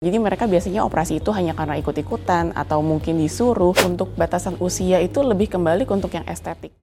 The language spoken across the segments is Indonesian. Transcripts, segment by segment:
Jadi mereka biasanya operasi itu hanya karena ikut-ikutan atau mungkin disuruh. Untuk batasan usia itu lebih kembali untuk yang estetik.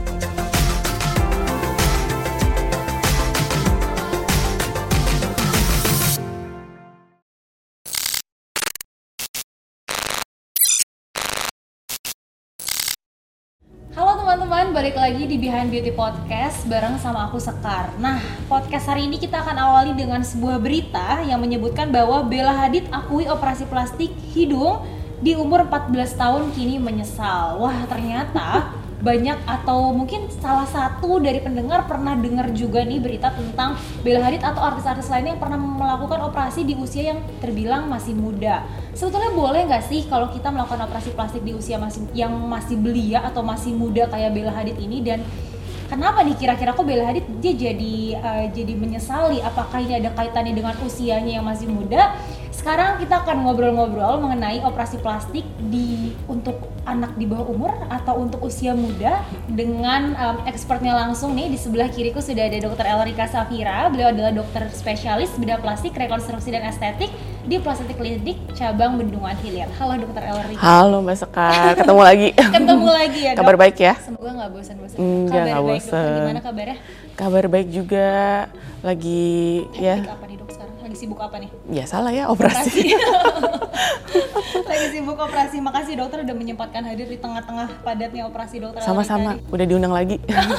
Halo teman-teman, balik lagi di Behind Beauty Podcast bareng sama aku Sekar. Nah, podcast hari ini kita akan awali dengan sebuah berita yang menyebutkan bahwa Bella Hadid akui operasi plastik hidung di umur 14 tahun kini menyesal. Wah, ternyata banyak atau mungkin salah satu dari pendengar pernah dengar juga nih berita tentang Bella Hadid atau artis-artis lainnya yang pernah melakukan operasi di usia yang terbilang masih muda. Sebetulnya boleh nggak sih kalau kita melakukan operasi plastik di usia yang masih belia atau masih muda kayak Bella Hadid ini, dan kenapa nih kira-kira kok Bella Hadid dia jadi menyesali? Apakah ini ada kaitannya dengan usianya yang masih muda? Sekarang kita akan ngobrol-ngobrol mengenai operasi plastik untuk anak di bawah umur atau untuk usia muda dengan expertnya langsung nih. Di sebelah kiriku sudah ada Dr. Elrika Safira. Beliau adalah dokter spesialis bedah plastik, rekonstruksi dan estetik di Plastik Klinik Cabang Bendungan Hilir. Halo Dr. Elrika. Halo Mbak Sekar, ketemu lagi. Ketemu lagi ya, Dok. Kabar baik ya? Semoga nggak bosan-bosan. Enggak, Kabar baik, bosan. Dokter. Gimana kabarnya? Kabar baik juga. Lagi Hektik apa nih, Dok, sekarang? Lagi sibuk apa nih? ya salah ya operasi. Lagi sibuk operasi. Makasih dokter udah menyempatkan hadir di tengah-tengah padatnya operasi dokter. Sama-sama, udah diundang lagi.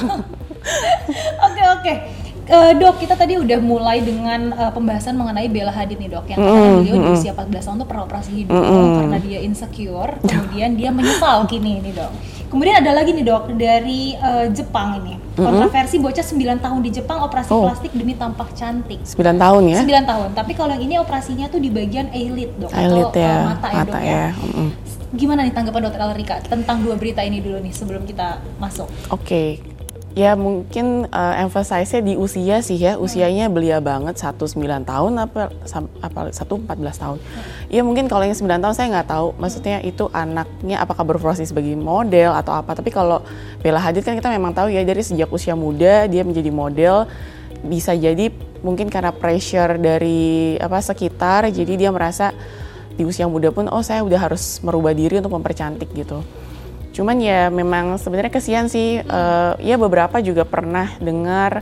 Oke. Dok, kita tadi udah mulai dengan pembahasan mengenai Bella Hadid nih, Dok. Yang katanya beliau di usia 14 tahun tuh pernah operasi hidung karena dia insecure. Kemudian dia menyesal kini nih, Dok. Kemudian ada lagi nih, Dok, dari Jepang ini. Kontroversi bocah 9 tahun di Jepang operasi plastik demi tampak cantik. 9 tahun ya? 9 tahun. Tapi kalau yang ini operasinya tuh di bagian eyelid, Dok. Eyelid atau ya, mata ya, Dok ya. Gimana nih tanggapan Dr. Elrika tentang dua berita ini dulu nih sebelum kita masuk? Oke. Ya mungkin emphasize-nya di usia sih ya, usianya belia banget, 9 tahun apa 14 tahun. Ya mungkin kalau yang 9 tahun saya nggak tahu, maksudnya itu anaknya apakah berproses sebagai model atau apa. Tapi kalau Bella Hadid kan kita memang tahu ya dari sejak usia muda dia menjadi model, bisa jadi mungkin karena pressure dari sekitar, jadi dia merasa di usia muda pun saya udah harus merubah diri untuk mempercantik gitu. Cuman ya memang sebenarnya kesian sih, ya beberapa juga pernah dengar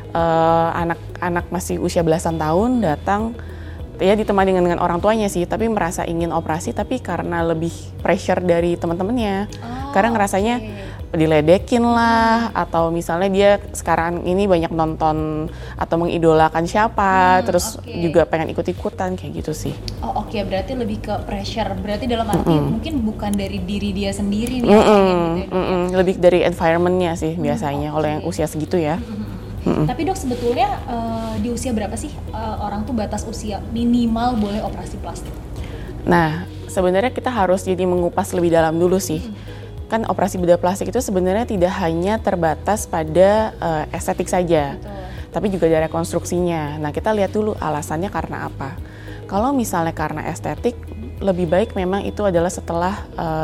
anak-anak masih usia belasan tahun datang ya ditemani dengan orang tuanya sih, tapi merasa ingin operasi tapi karena lebih pressure dari teman-temannya, karena ngerasanya diledekin lah, atau misalnya dia sekarang ini banyak nonton atau mengidolakan siapa, terus juga pengen ikut-ikutan kayak gitu sih. Oke, berarti lebih ke pressure, berarti dalam arti mungkin bukan dari diri dia sendiri nih, gitu ya. Lebih dari environment-nya sih biasanya oleh yang usia segitu ya. Tapi Dok, sebetulnya di usia berapa sih orang tuh batas usia minimal boleh operasi plastik? Nah, sebenarnya kita harus jadi mengupas lebih dalam dulu sih. Kan operasi bedah plastik itu sebenarnya tidak hanya terbatas pada estetik saja. Betul. Tapi juga dari rekonstruksinya. Nah, kita lihat dulu alasannya karena apa. Kalau misalnya karena estetik, lebih baik memang itu adalah setelah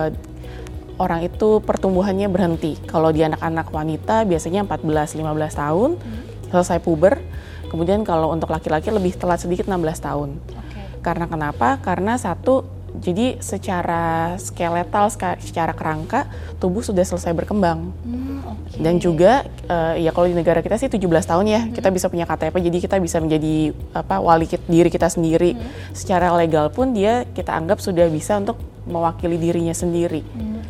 orang itu pertumbuhannya berhenti. Kalau di anak-anak wanita biasanya 14-15 tahun selesai puber. Kemudian kalau untuk laki-laki lebih telat sedikit 16 tahun. Karena kenapa? Karena satu, jadi secara skeletal, secara kerangka tubuh sudah selesai berkembang. Dan juga ya kalau di negara kita sih 17 tahun ya, kita bisa punya KTP, jadi kita bisa menjadi wali diri kita sendiri. Secara legal pun dia kita anggap sudah bisa untuk mewakili dirinya sendiri.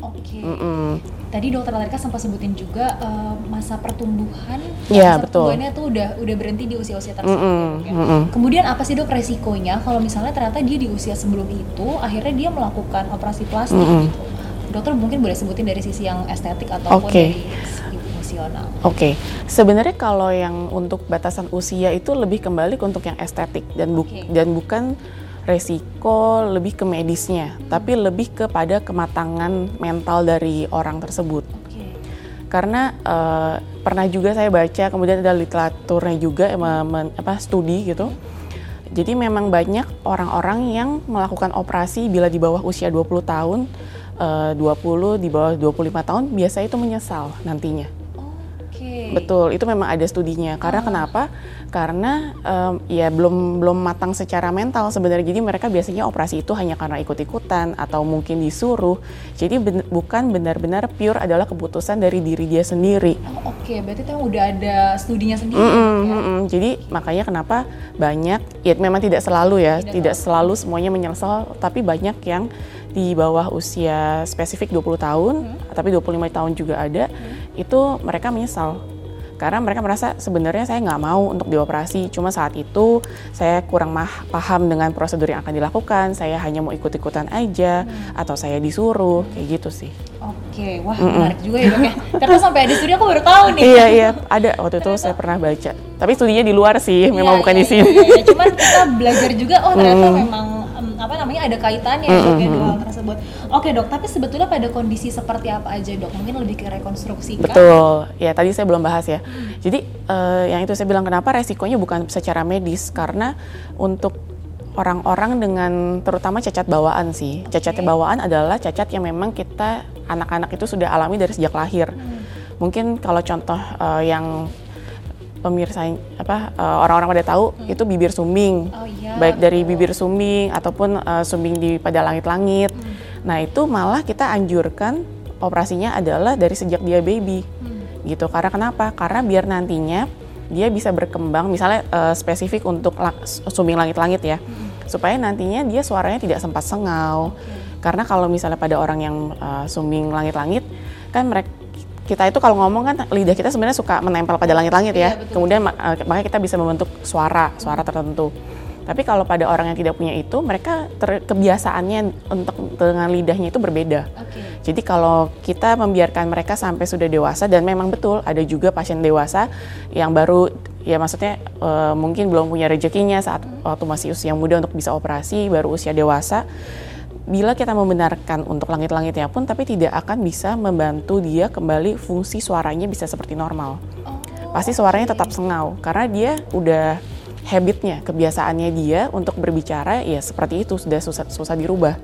Tadi Dokter Elrika sempat sebutin juga masa pertumbuhan. Ya, masa betul. pertumbuhannya tuh udah berhenti di usia-usia tersebut. Kemudian apa sih, Dok, resikonya kalau misalnya ternyata dia di usia sebelum itu akhirnya dia melakukan operasi plastik gitu? Dokter mungkin boleh sebutin dari sisi yang estetik ataupun dari sisi fungsional. Sebenarnya kalau yang untuk batasan usia itu lebih kembali untuk yang estetik dan bukan resiko lebih ke medisnya, tapi lebih kepada kematangan mental dari orang tersebut. Karena pernah juga saya baca, kemudian ada literaturnya juga studi gitu. Jadi memang banyak orang-orang yang melakukan operasi bila di bawah usia 20 tahun, 20 di bawah 25 tahun biasa itu menyesal nantinya. Betul, itu memang ada studinya. Karena kenapa? Karena ya belum matang secara mental sebenarnya. Jadi mereka biasanya operasi itu hanya karena ikut-ikutan atau mungkin disuruh. Jadi bukan benar-benar pure adalah keputusan dari diri dia sendiri. Oke, berarti itu udah ada studinya sendiri. Jadi makanya kenapa banyak, ya memang tidak selalu ya, tidak selalu semuanya menyesal, tapi banyak yang di bawah usia spesifik 20 tahun, tapi 25 tahun juga ada, itu mereka menyesal. Karena mereka merasa sebenarnya saya nggak mau untuk dioperasi, cuma saat itu saya kurang paham dengan prosedur yang akan dilakukan, saya hanya mau ikut-ikutan aja, atau saya disuruh, kayak gitu sih. Oke, wah menarik juga ya Dok ya. Terus sampai di studi aku baru tahu nih. Iya, ada waktu itu saya pernah baca. Tapi studinya di luar sih, memang bukan di sini. Iya. Cuman kita belajar juga, ternyata memang ada kaitannya ya Dok ya dua hal tersebut. Oke Dok, tapi sebetulnya pada kondisi seperti apa aja Dok? Mungkin lebih ke rekonstruksi kan? Betul, ya tadi saya belum bahas ya. Jadi yang itu saya bilang kenapa resikonya bukan secara medis, karena untuk orang-orang dengan terutama cacat bawaan sih. Cacat bawaan adalah cacat yang memang kita anak-anak itu sudah alami dari sejak lahir. Mungkin kalau contoh yang pemirsa orang-orang pada tahu itu bibir sumbing, baik dari bibir sumbing ataupun sumbing pada langit-langit. Nah itu malah kita anjurkan operasinya adalah dari sejak dia baby, gitu. Karena kenapa? Karena biar nantinya dia bisa berkembang, misalnya spesifik untuk sumbing langit-langit ya, supaya nantinya dia suaranya tidak sempat sengau. Karena kalau misalnya pada orang yang sumbing langit-langit kan kita itu kalau ngomong kan lidah kita sebenarnya suka menempel pada langit-langit ya. Kemudian makanya kita bisa membentuk suara tertentu. Tapi kalau pada orang yang tidak punya itu, mereka kebiasaannya untuk dengan lidahnya itu berbeda. Jadi kalau kita membiarkan mereka sampai sudah dewasa, dan memang betul ada juga pasien dewasa yang baru, ya maksudnya mungkin belum punya rezekinya saat waktu masih usia muda untuk bisa operasi, baru usia dewasa. Bila kita membenarkan untuk langit-langitnya pun, tapi tidak akan bisa membantu dia kembali fungsi suaranya bisa seperti normal. Pasti suaranya tetap sengau, karena dia udah habitnya, kebiasaannya dia untuk berbicara ya seperti itu, sudah susah dirubah.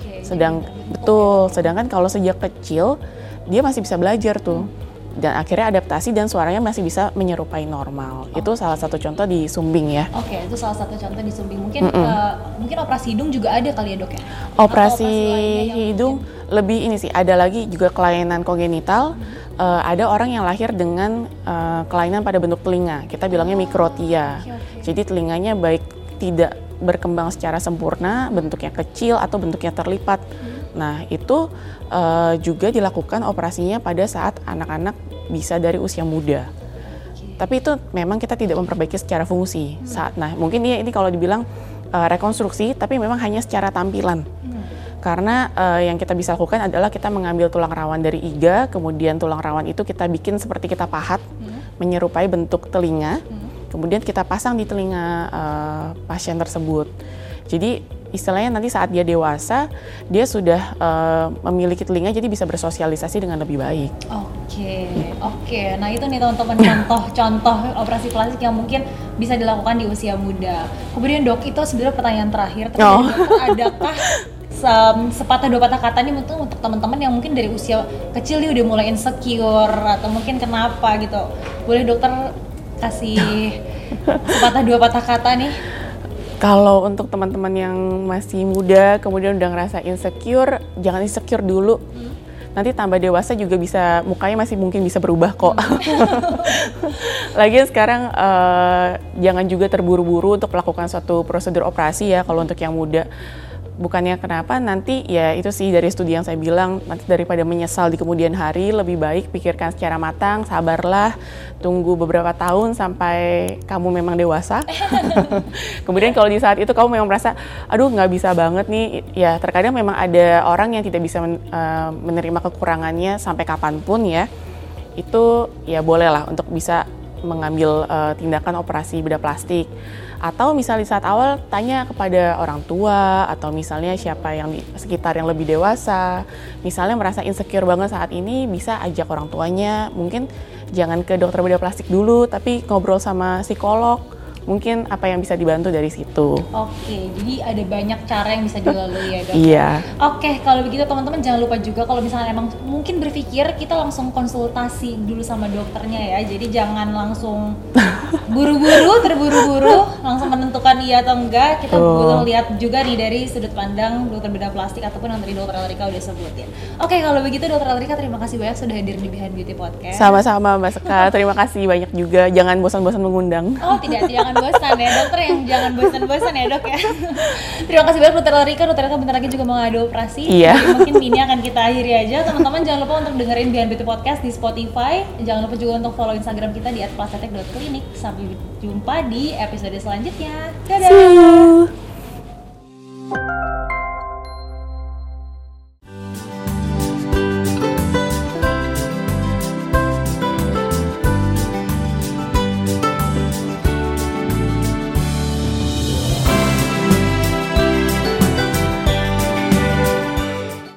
Sedangkan kalau sejak kecil dia masih bisa belajar tuh, dan akhirnya adaptasi dan suaranya masih bisa menyerupai normal. Itu salah satu contoh di sumbing ya. Itu salah satu contoh di sumbing. Mungkin operasi hidung juga ada kali ya Dok ya? Operasi hidung lebih ini sih, ada lagi juga kelainan kongenital. Ada orang yang lahir dengan kelainan pada bentuk telinga, kita bilangnya mikrotia. Jadi telinganya baik tidak berkembang secara sempurna, bentuknya kecil atau bentuknya terlipat. Nah itu juga dilakukan operasinya pada saat anak-anak bisa dari usia muda. Tapi itu memang kita tidak memperbaiki secara fungsi. Nah mungkin ini kalau dibilang rekonstruksi, tapi memang hanya secara tampilan. Karena yang kita bisa lakukan adalah kita mengambil tulang rawan dari iga, kemudian tulang rawan itu kita bikin seperti kita pahat, menyerupai bentuk telinga, kemudian kita pasang di telinga pasien tersebut. Jadi istilahnya nanti saat dia dewasa, dia sudah memiliki telinga, jadi bisa bersosialisasi dengan lebih baik. Oke. Nah itu nih teman-teman contoh operasi plastik yang mungkin bisa dilakukan di usia muda. Kemudian Dok, itu sebenarnya pertanyaan terakhir. Adakah sepatah dua patah kata nih untuk teman-teman yang mungkin dari usia kecil dia udah mulai insecure atau mungkin kenapa gitu, boleh dokter kasih sepatah dua patah kata nih? Kalau untuk teman-teman yang masih muda kemudian udah ngerasa insecure, jangan insecure dulu. Nanti tambah dewasa juga bisa, mukanya masih mungkin bisa berubah kok. Lagian sekarang jangan juga terburu-buru untuk melakukan suatu prosedur operasi ya kalau untuk yang muda. Bukannya kenapa, nanti ya itu sih dari studi yang saya bilang, nanti daripada menyesal di kemudian hari, lebih baik pikirkan secara matang, sabarlah, tunggu beberapa tahun sampai kamu memang dewasa. Kemudian kalau di saat itu kamu memang merasa, aduh nggak bisa banget nih, ya terkadang memang ada orang yang tidak bisa menerima kekurangannya sampai kapanpun ya, itu ya bolehlah untuk bisa mengambil tindakan operasi bedah plastik. Atau misalnya di saat awal tanya kepada orang tua atau misalnya siapa yang di sekitar yang lebih dewasa, misalnya merasa insecure banget saat ini, bisa ajak orang tuanya, mungkin jangan ke dokter bedah plastik dulu tapi ngobrol sama psikolog, mungkin apa yang bisa dibantu dari situ. Oke, jadi ada banyak cara yang bisa dilalui ya dok. Iya. Oke, kalau begitu teman-teman jangan lupa juga kalau misalnya emang mungkin berpikir kita langsung konsultasi dulu sama dokternya ya. Jadi jangan langsung terburu-buru langsung menentukan iya atau enggak. Kita butuh lihat juga nih dari sudut pandang dokter bedah plastik ataupun yang tadi dokter Elrika udah sebutin. Oke, kalau begitu dokter Elrika terima kasih banyak sudah hadir di Behind Beauty Podcast. Sama-sama Mbak Sekar, terima kasih banyak juga. Jangan bosan-bosan mengundang. Oh tidak, jangan bosan ya dokter, yang jangan bosan-bosan ya dok ya. Terima kasih banyak dokter Elrika bentar lagi juga mau ngadu operasi. Iya. Jadi mungkin ini akan kita akhiri aja. Teman-teman jangan lupa untuk dengerin Behind Beauty Podcast di Spotify. Jangan lupa juga untuk follow Instagram kita di @plastetek.klinik. Sampai jumpa di episode selanjutnya. Dadah.